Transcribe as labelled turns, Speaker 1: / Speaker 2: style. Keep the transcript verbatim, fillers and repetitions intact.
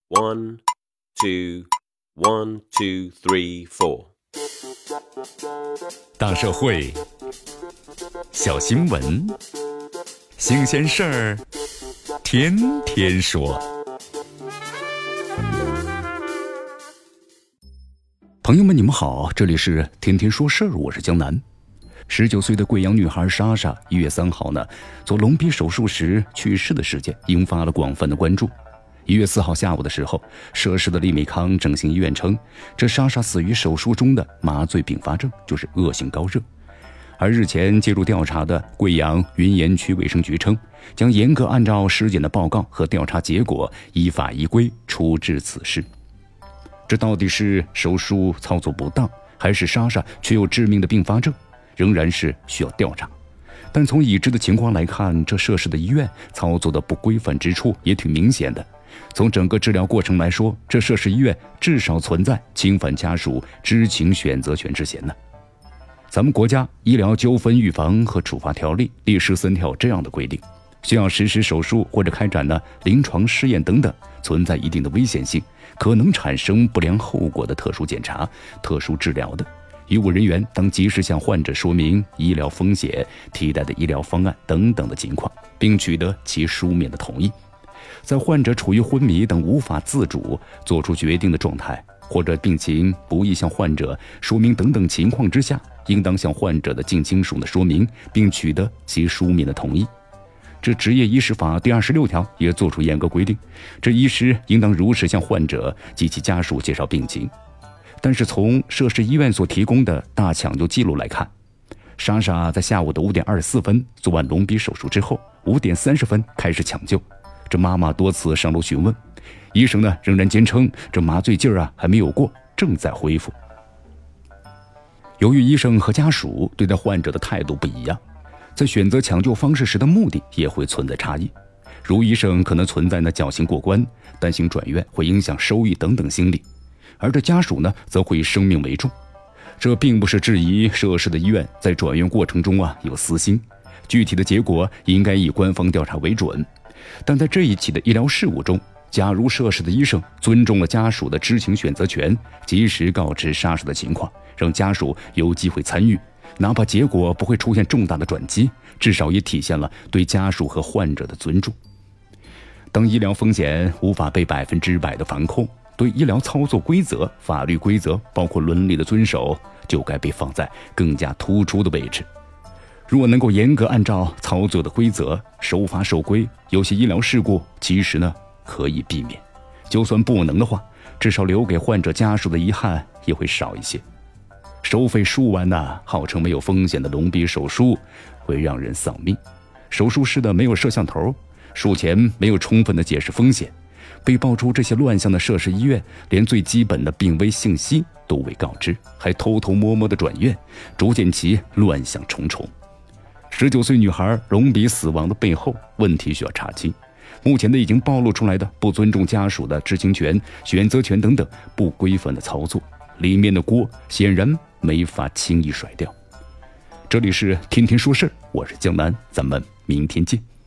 Speaker 1: One, two, one, two, three, four。
Speaker 2: 大社会，小新闻，新鲜事儿，天天说。朋友们，你们好，这里是天天说事儿，我是江南。十九岁的贵阳女孩莎莎，一月三号呢做隆鼻手术时去世的事件，引发了广泛的关注。一月四号下午的时候，涉事的利美康整形医院称，这莎莎死于手术中的麻醉并发症，就是恶性高热。而日前介入调查的贵阳云岩区卫生局称，将严格按照尸检的报告和调查结果，依法依规处置此事。这到底是手术操作不当，还是莎莎却有致命的并发症，仍然是需要调查。但从已知的情况来看，这涉事的医院操作的不规范之处也挺明显的。从整个治疗过程来说，这涉事医院至少存在侵犯家属知情选择权之嫌呢。咱们国家医疗纠纷预防和处罚条例第十三条这样的规定，需要实施手术或者开展呢临床试验等等，存在一定的危险性，可能产生不良后果的特殊检查、特殊治疗的，医务人员当及时向患者说明医疗风险、替代的医疗方案等等的情况，并取得其书面的同意。在患者处于昏迷等无法自主做出决定的状态，或者病情不易向患者说明等等情况之下，应当向患者的近亲属的说明，并取得其书面的同意。这职业医师法第二十六条也作出严格规定，这医师应当如实向患者及其家属介绍病情。但是从涉事医院所提供的大抢救记录来看，莎莎在下午的五点二十四分做完隆鼻手术之后，五点三十分开始抢救。这妈妈多次上楼询问，医生呢仍然坚称这麻醉劲儿啊还没有过，正在恢复。由于医生和家属对待患者的态度不一样，在选择抢救方式时的目的也会存在差异。如医生可能存在呢侥幸过关、担心转院会影响收益等等心理，而这家属呢则会以生命为重。这并不是质疑涉事的医院在转院过程中啊有私心，具体的结果应该以官方调查为准。但在这一起的医疗事务中，假如涉事的医生尊重了家属的知情选择权，及时告知莎莎的情况，让家属有机会参与，哪怕结果不会出现重大的转机，至少也体现了对家属和患者的尊重。当医疗风险无法被百分之百的防控，对医疗操作规则、法律规则，包括伦理的遵守，就该被放在更加突出的位置。如果能够严格按照操作的规则，守法守规，有些医疗事故其实呢可以避免。就算不能的话，至少留给患者家属的遗憾也会少一些。收费数万呐，号称没有风险的隆鼻手术会让人丧命。手术室的没有摄像头，术前没有充分的解释风险，被爆出这些乱象的涉事医院，连最基本的病危信息都未告知，还偷偷摸摸的转院，逐渐其乱象重重。十九岁女孩隆鼻死亡的背后，问题需要查清。目前的已经暴露出来的不尊重家属的知情权、选择权等等不规范的操作，里面的锅显然没法轻易甩掉。这里是天天说事儿，我是江南，咱们明天见。